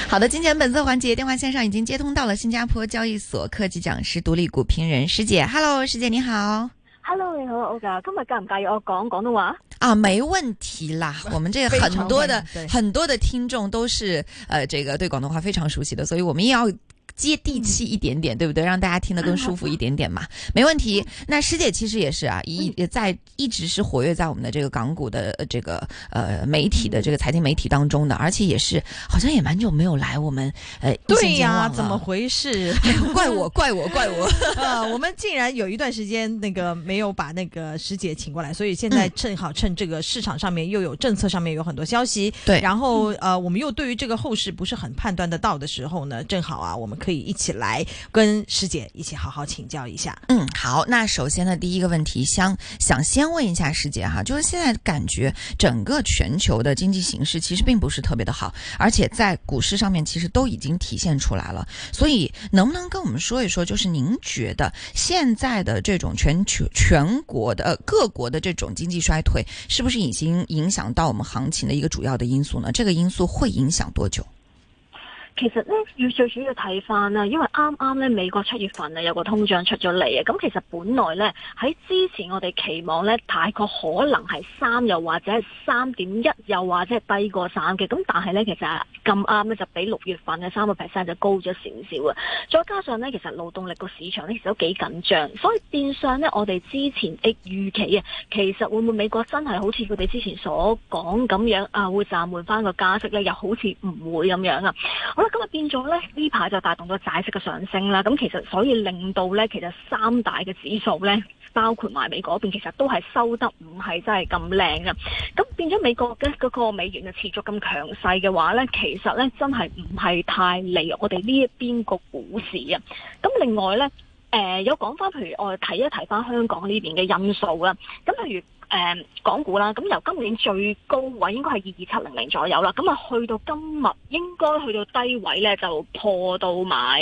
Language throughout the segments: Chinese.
好的，金钱本色环节电话线上已经接通到了新加坡交易所科技讲师、独立股评人师姐。Hello， 师姐你好。 Hello， 你好，Olga，今日介唔介意我講廣東話？ 啊，没问题啦。我们这个很多的听众都是这个对广东话非常熟悉的，所以我们也要接地气一点点，对不对？让大家听得更舒服一点点嘛，没问题。那师姐其实也是啊，一直是活跃在我们的这个港股的这个媒体的这个财经媒体当中的，而且也是好像也蛮久没有来我们对呀，怎么回事？ 怪我我们竟然有一段时间那个没有把那个师姐请过来，所以现在正好趁这个市场上面又有政策上面有很多消息， 对， 然后我们又对于这个后市不是很判断得到的时候呢，正好啊，我们可以一起来跟师姐一起好好请教一下。 好，那首先呢，第一个问题想先问一下师姐哈，就是现在感觉整个全球的经济形势其实并不是特别的好，而且在股市上面其实都已经体现出来了，所以能不能跟我们说一说，就是您觉得现在的这种全国的各国的这种經濟衰退，是不是已經影響到我們行情的一個主要的因素呢？這個因素會影響多久？ 其實咧，最主要睇翻啦，因為啱啱咧美國7月份啊有個通脹出咗嚟啊，咁其實本來咧喺之前我哋期望咧大概可能係3又或者係3.1又或者係低過3嘅，咁但係咧其實咁啱咧就比6月份嘅3% 就高咗少少啊，再加上咧其實勞動力個市場咧其實都幾緊張，所以變相咧我哋之前預期啊，其實會唔會美國真係好似佢哋之前所講咁樣啊，會暫緩翻個加息咧，又好似唔會咁樣啊，好啦。咁啊變咗咧，呢排就帶動咗債息嘅上升啦。咁其實所以令到咧，其實3大嘅指數咧，包括埋美國嗰邊，其實都係收得唔係真係咁靚嘅。咁變咗美國嘅嗰個美元嘅持續咁強勢嘅話咧，其實咧真係唔係太利我哋呢一邊個股市啊。咁另外咧，有講翻，譬如我哋提翻香港呢邊嘅因素啦。咁譬如港股啦，咁由今年最高位應該係22700左右啦，咁啊去到今日應該去到低位咧就破到埋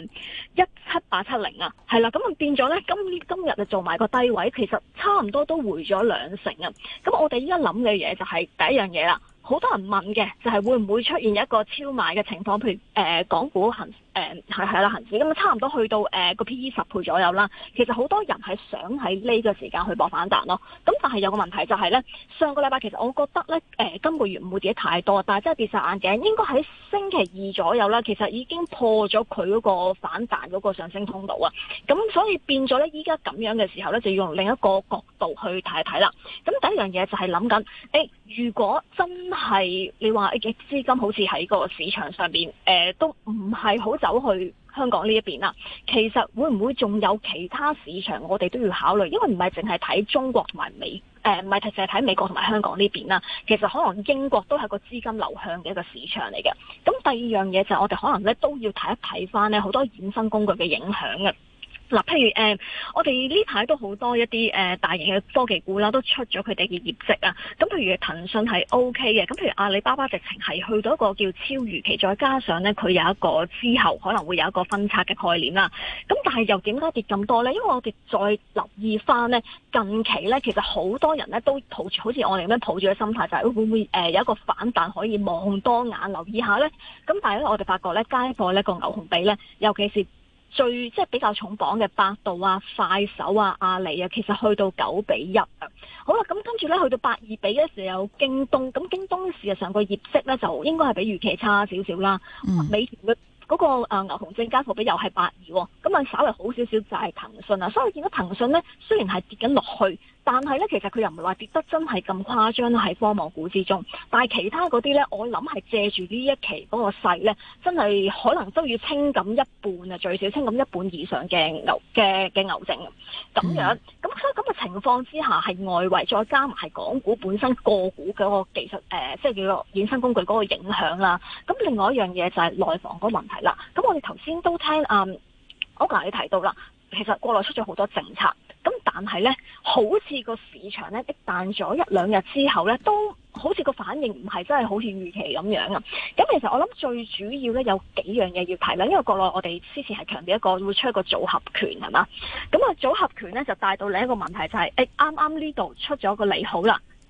17870啊，係啦，咁啊變咗咧今日就做埋個低位，其實差唔多都回咗2成啊。咁我哋依家諗嘅嘢就係第一樣嘢啦。好多人問嘅就係會唔會出現一個超賣嘅情況，譬如港股恒指咁差唔多去到個 P/E 10倍左右啦。其實好多人係想喺呢個時間去搏反彈咯。咁但係有個問題就係咧，上個禮拜其實我覺得咧今個月唔會跌得太多，但係真係跌晒眼鏡，應該喺星期2左右啦，其實已經破咗佢嗰個反彈嗰個上升通道啊。咁所以變咗咧，依家咁樣嘅時候咧，就要用另一個角度去睇一睇啦。咁第一樣嘢就係諗緊如果真係你話嘅資金好似喺個市場上邊都唔係好走去香港呢一邊啦，其實會唔會仲有其他市場我哋都要考慮？因為唔係淨係睇中國同埋唔係淨係睇美國同埋香港呢邊啦，其實可能英國都係個資金流向嘅一個市場嚟嘅。咁第二樣嘢就係我哋可能咧都要睇一睇翻咧好多衍生工具嘅影響嘅。嗱，譬如我哋呢排都好多一啲大型嘅科技股啦，都出咗佢哋嘅業績啊。咁譬如騰訊係 OK 嘅，咁譬如阿里巴巴直情係去到一個叫超預期，再加上咧佢有一個之後可能會有一個分拆嘅概念啦。咁但係又點解跌咁多咧？因為我哋再留意翻咧，近期咧其實好多人咧都抱住好似我哋咁樣抱住嘅心態，就係會唔會有一個反彈可以望多眼留意下咧？咁但係咧我哋發覺咧街貨咧個牛熊比咧，尤其是即係比較重磅嘅百度啊、快手啊、阿里啊，其實去到9:1啊。好啦，咁跟住咧去到82比嘅時候有京東，咁京東事實上個業績咧就應該係比預期差少少啦。美團嘅嗰個牛熊證加貨比又係82喎，咁啊稍微好少少就係騰訊啊。所以見到騰訊咧雖然係跌緊落去，但係咧其實佢又唔係話跌得真係咁誇張喺科網股之中，但係其他嗰啲咧，我諗係借住呢一期嗰個勢咧，真係可能都要清咁一半啊，最少清咁一半以上嘅牛證咁樣。咁所以咁嘅情況之下，係外圍再加埋係港股本身個股嗰個技術即係叫做衍生工具嗰個影響啦。咁另外一樣嘢就係內房嗰個問題啦。咁我哋頭先都聽Olga你提到啦，其實國內出咗好多政策。咁但係咧，好似個市場咧，一彈咗1-2日之後咧，都好似個反應唔係真係好似預期咁樣啊。咁其實我諗最主要咧有幾樣嘢要提啦，因為國內我哋之前係強調一個會出一個組合拳係嘛。咁啊組合拳咧就帶到另一個問題就係啱啱呢度出咗個利好啦。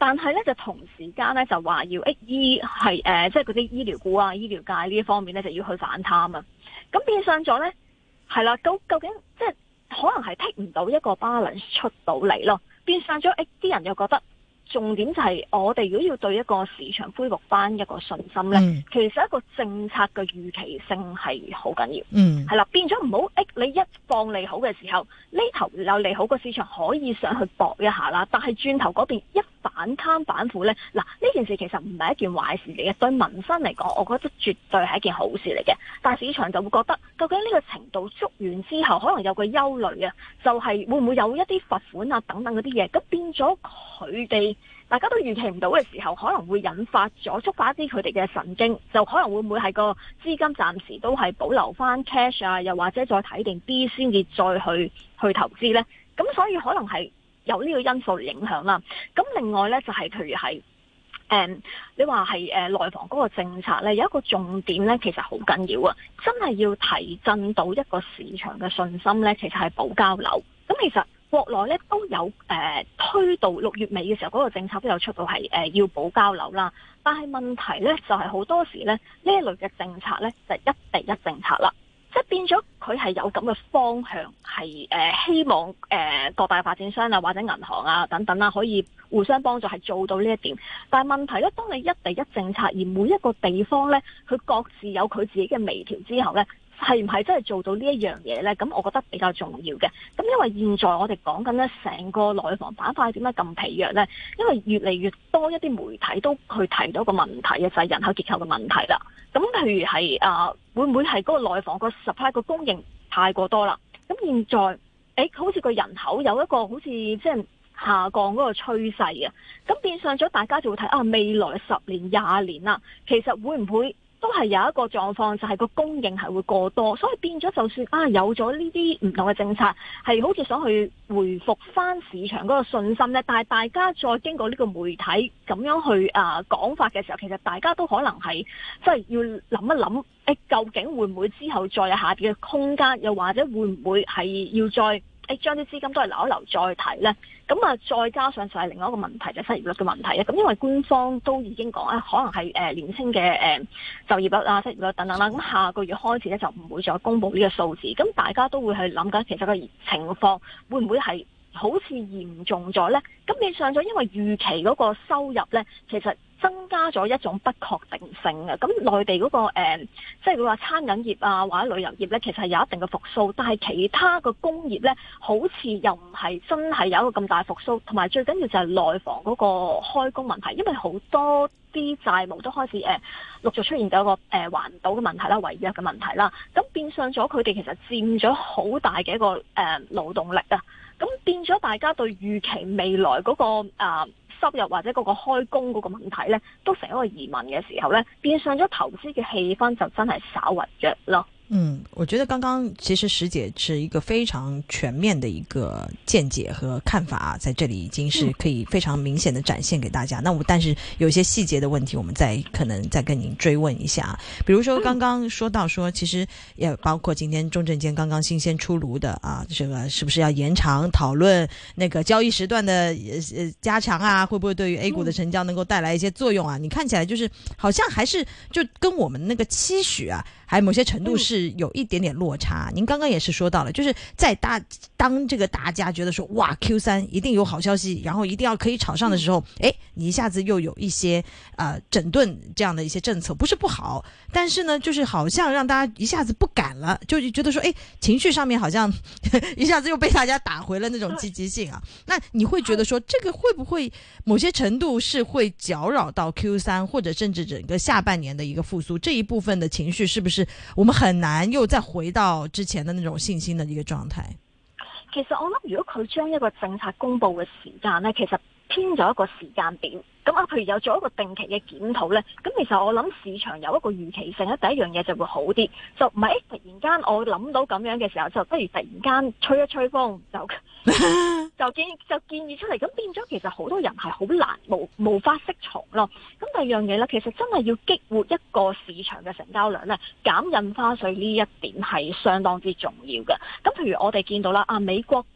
但係咧就同時間咧就話要即係嗰啲醫療股啊、醫療界呢一方面咧就要去反貪啊。咁變相咗咧係啦，究竟即係可能係剔唔到一個 balance 出到嚟咯。變相咗啲人又覺得。重點就係我哋如果要對一個市場恢復翻一個信心咧，其實一個政策嘅預期性係好緊要。係啦，變咗唔好你一放利好嘅時候，呢頭有利好個市場可以上去搏一下啦，但係轉頭嗰邊一反貪反腐咧，嗱呢件事其實唔係一件壞事嚟嘅，對民生嚟講，我覺得絕對係一件好事嚟嘅。但係市場就會覺得，究竟呢個程度捉完之後，可能有個憂慮啊，就係會唔會有一啲罰款啊等等嗰啲嘢，咁變咗佢哋。大家都預期唔到嘅時候，可能會引發咗觸發啲佢哋嘅神經，就可能會唔會係個資金暫時都係保留翻 cash 啊，又或者再睇定啲先至再去投資呢？咁所以可能係有呢個因素嚟影響啦。咁另外呢，就係譬如係你話係內房嗰個政策呢，有一個重點呢，其實好緊要啊！真係要提振到一個市場嘅信心呢，其實係保交樓。咁其實國內咧都有推到6月尾嘅時候，嗰個政策都有出到係要保交樓啦。但係問題咧就係好多時咧呢一類嘅政策咧就一地一政策啦，即係變咗佢係有咁嘅方向，係希望各大發展商啊或者銀行啊等等啦可以互相幫助，係做到呢一點。但係問題咧，當你一地一政策而每一個地方咧佢各自有佢自己嘅微調之後咧，係唔係真係做到呢一樣嘢呢？咁我覺得比較重要嘅。咁因為現在我哋講緊呢成個內房板塊點解咁疲弱呢？因為越嚟越多一啲媒體都去提到個問題嘅，就係人口結構嘅問題啦。咁譬如係會唔會係嗰個內房個 supply 個供應太過多啦？咁現在好似個人口有一個好似即係下降嗰個趨勢啊。咁變相咗大家就會睇未來10年、20年啦，其實會唔會？都係有一個狀況，就係個供應係會過多，所以變咗就算有咗呢啲唔同嘅政策，係好似想去回復翻市場嗰個信心呢。但係大家再經過呢個媒體咁樣去講法嘅時候，其實大家都可能係即係要諗一諗，究竟會唔會之後再有下跌嘅空間，又或者會唔會係要再將啲資金都係留一留再睇呢？咁再加上就係另外一個問題，就係失業率嘅問題啊。咁因為官方都已經講可能係年輕嘅就業率啊、失業率等等啦。咁下個月開始咧就唔會再公布呢個數字。咁大家都會去諗緊，其實個情況會唔會係好似嚴重咗呢？咁變相咗，因為預期嗰個收入呢，其實增加咗一種不確定性啊！咁內地嗰個即係佢話餐飲業啊或者旅遊業呢，其實係有一定嘅復甦，但係其他個工業呢，好似又唔係真係有一個咁大復甦，同埋最緊要就係內房嗰個開工問題，因為好多啲債務都開始陸續出現咗一個還唔到嘅問題啦、違約嘅問題啦，咁變相咗佢哋其實佔咗好大嘅一個勞動力啊！咁變咗大家對預期未來嗰個收入或者嗰個開工嗰個問題呢，都成一個疑問嘅時候呢，變相咗投資嘅氣氛就真係稍為弱咯。 我覺得剛剛其實石姐是一個非常全面的一個見解和看法，在這裡已經是可以非常明顯的展現給大家。但是有一些細節的問題，我們可能再跟您追問一下。比如說剛剛說到說，其實也包括今天中證監剛剛新鮮出爐的這個是不是要延長討論那個交易時段的加強啊？會不會對於 A 股的成交能夠帶來一些作用啊？你看起來就是好像還是就跟我們那個期許啊，還有某些程度是有一點點落差。您剛剛也是說到了，就是在當這個大家覺得說哇 Q3 一定有好消息，然後一定要可以炒上的時候，你一下子又有一些整頓這樣的一些政策，不是不好，但是呢，就是好像讓大家一下子不敢了，就覺得說情緒上面好像一下子又被大家打回了那種積極性啊。那你會覺得說這個會不會某些程度是會攪擾到 Q3 或者甚至整個下半年的一個復甦，這一部分的情緒是不是我們很難又再回到之前的那種信心的一個狀態？ 其實我諗，如果佢將一個政策公布嘅時間呢，其實偏咗一個時間點。咁譬如有做一個定期嘅檢討呢，咁其實我諗市場有一個預期性咧，第一樣嘢就會好啲，就唔係突然間我諗到咁樣嘅時候，就不如突然間吹一吹風就建議出嚟，咁變咗其實好多人係好難無法適從咯。咁第二樣嘢呢，其實真係要激活一個市場嘅成交量呢，減印花稅呢一點係相當之重要嘅。咁譬如我哋見到啦，美國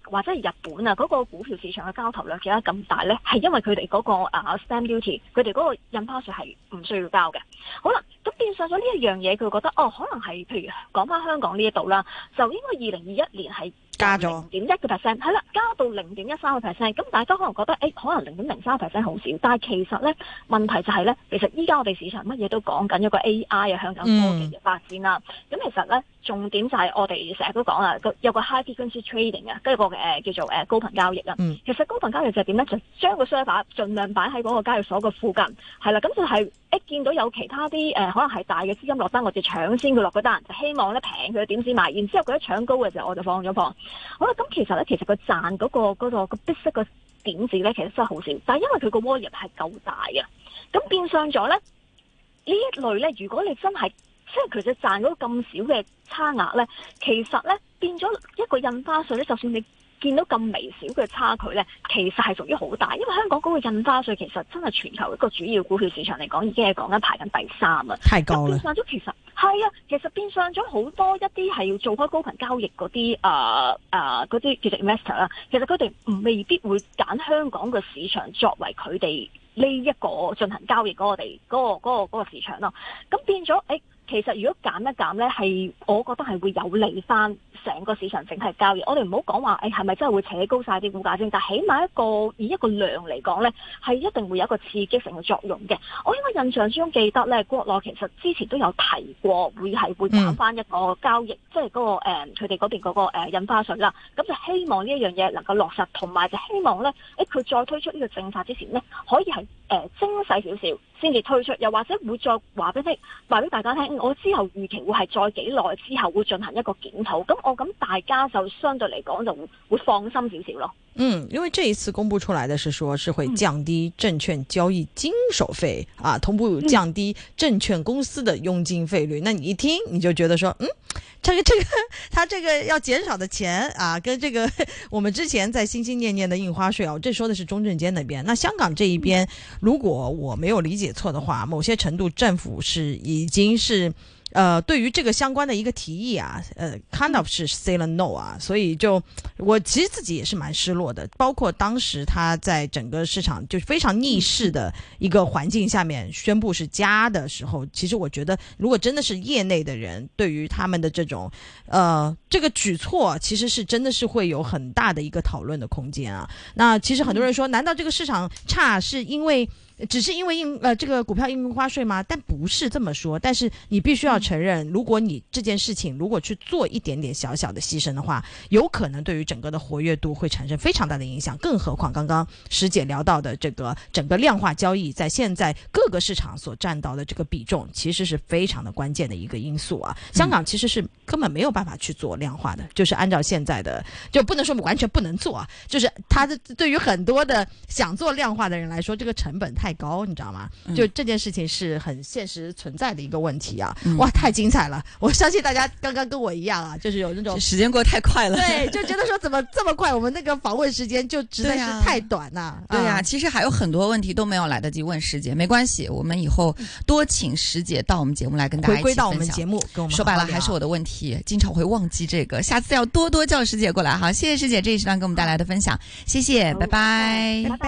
或者係日本啊嗰個股票市場嘅交投量點解咁大咧？係因為佢哋嗰個stamp duty， 佢哋嗰個印花稅係唔需要交嘅。好啦，咁變相咗呢一樣嘢，佢覺得可能係譬如講翻香港呢一度啦，就應該2021年係加咗 0.1%，係啦，加到0.13%。咁大家可能覺得可能0.03% 好少，但係其實咧問題就係咧，其實依家我哋市場乜嘢都講緊一個 AI 啊，香港科技嘅發展啦。咁其實咧重點就係我哋成日都講啦，有個 high frequency trading 啊，跟住個叫做高頻交易啊。其實高頻交易就係點咧？就將個 server 盡量擺喺嗰個交易所嘅附近，係啦，咁就係見到有其他啲可能係大嘅資金落單，我哋搶先佢落嗰單，就希望咧平佢點先賣，然之後佢一搶高嘅時候我就放咗貨。好啦，咁其實佢賺嗰個 basic 個點子咧，其實真係好少，但係因為佢個 volume 係夠大嘅，咁變相咗咧呢一類咧，如果你真係即係其實賺嗰個咁少嘅差額咧，其實咧變咗一個印花稅咧，就算你見到咁微小嘅差距咧，其實係屬於好大，因為香港嗰個印花稅其實真係全球一個主要股票市場嚟講，已經係講緊排緊第3啊， 太高啦。 變相咗其實係啊，其實變相咗好多一啲係要做開高頻交易嗰啲嗰啲叫做 investor 啦，其實佢哋未必會揀香港嘅市場作為佢哋呢一個進行交易嗰個市場咯。咁變咗其實如果減一減咧，係我覺得係會有利翻成個市場整體交易。我哋唔好講話係咪真係會扯高晒啲股價先，但係起碼以一個量嚟講咧，係一定會有一個刺激性嘅作用嘅。我應該印象之中記得咧，國內其實之前都有提過會減翻一個交易，即係嗰個佢哋嗰邊嗰個印花稅啦。咁就希望呢一樣嘢能夠落實，同埋就希望咧佢再推出呢個政策之前咧，可以係精細少少先至推出，又或者會再話俾大家聽，我之後預期會係再幾耐之後會進行一個檢討，咁我咁大家就相對嚟講就會放心少少咯。 因為這一次公布出來的是說是會降低證券交易經手費同步降低證券公司的佣金費率。那你一聽你就覺得說他這個要減少的錢跟這個我們之前在心心念念的印花稅這說的是中證監那邊。那香港這一邊如果我沒有理解錯的話，某些程度政府是已經是對於這個相關的一個提議kind of 是 say 了 no 所以就我其實自己也是蠻失落的。包括當時他在整個市場就非常逆勢的一個環境下面宣布是加的時候，其實我覺得如果真的是業內的人對於他們的這種這個舉措，其實是真的是會有很大的一個討論的空間那其實很多人說，難道這個市場差只是因為這個股票印花稅嗎？但不是這麼說。但是你必須要承認，如果你這件事情如果去做一點點小小的犧牲的話，有可能對於整個的活躍度會產生非常大的影響。更何況剛剛師姐聊到的這個整個量化交易在現在各個市場所佔到的這個比重，其實是非常的關鍵的一個因素香港其實是根本沒有辦法去做量化的，就是按照現在的就不能說完全不能做就是它對於很多的想做量化的人來說，這個成本太高，你知道嗎？就這件事情是很現實存在的一個問題哇，太精彩了！我相信大家剛剛跟我一樣就是有那種時間過得太快了， 對，就覺得說怎麼這麼快，我們那個訪問時間就實在是太短了。 對呀，其實還有很多問題都沒有來得及問師姐，沒關係，我們以後多請師姐到我們節目來跟大家一起分享。回歸到我們節目，跟我們說白了還是我的問題，經常會忘記這個，下次要多多叫師姐過來。好，謝謝師姐這一時段給我們帶來的分享，謝謝，拜拜。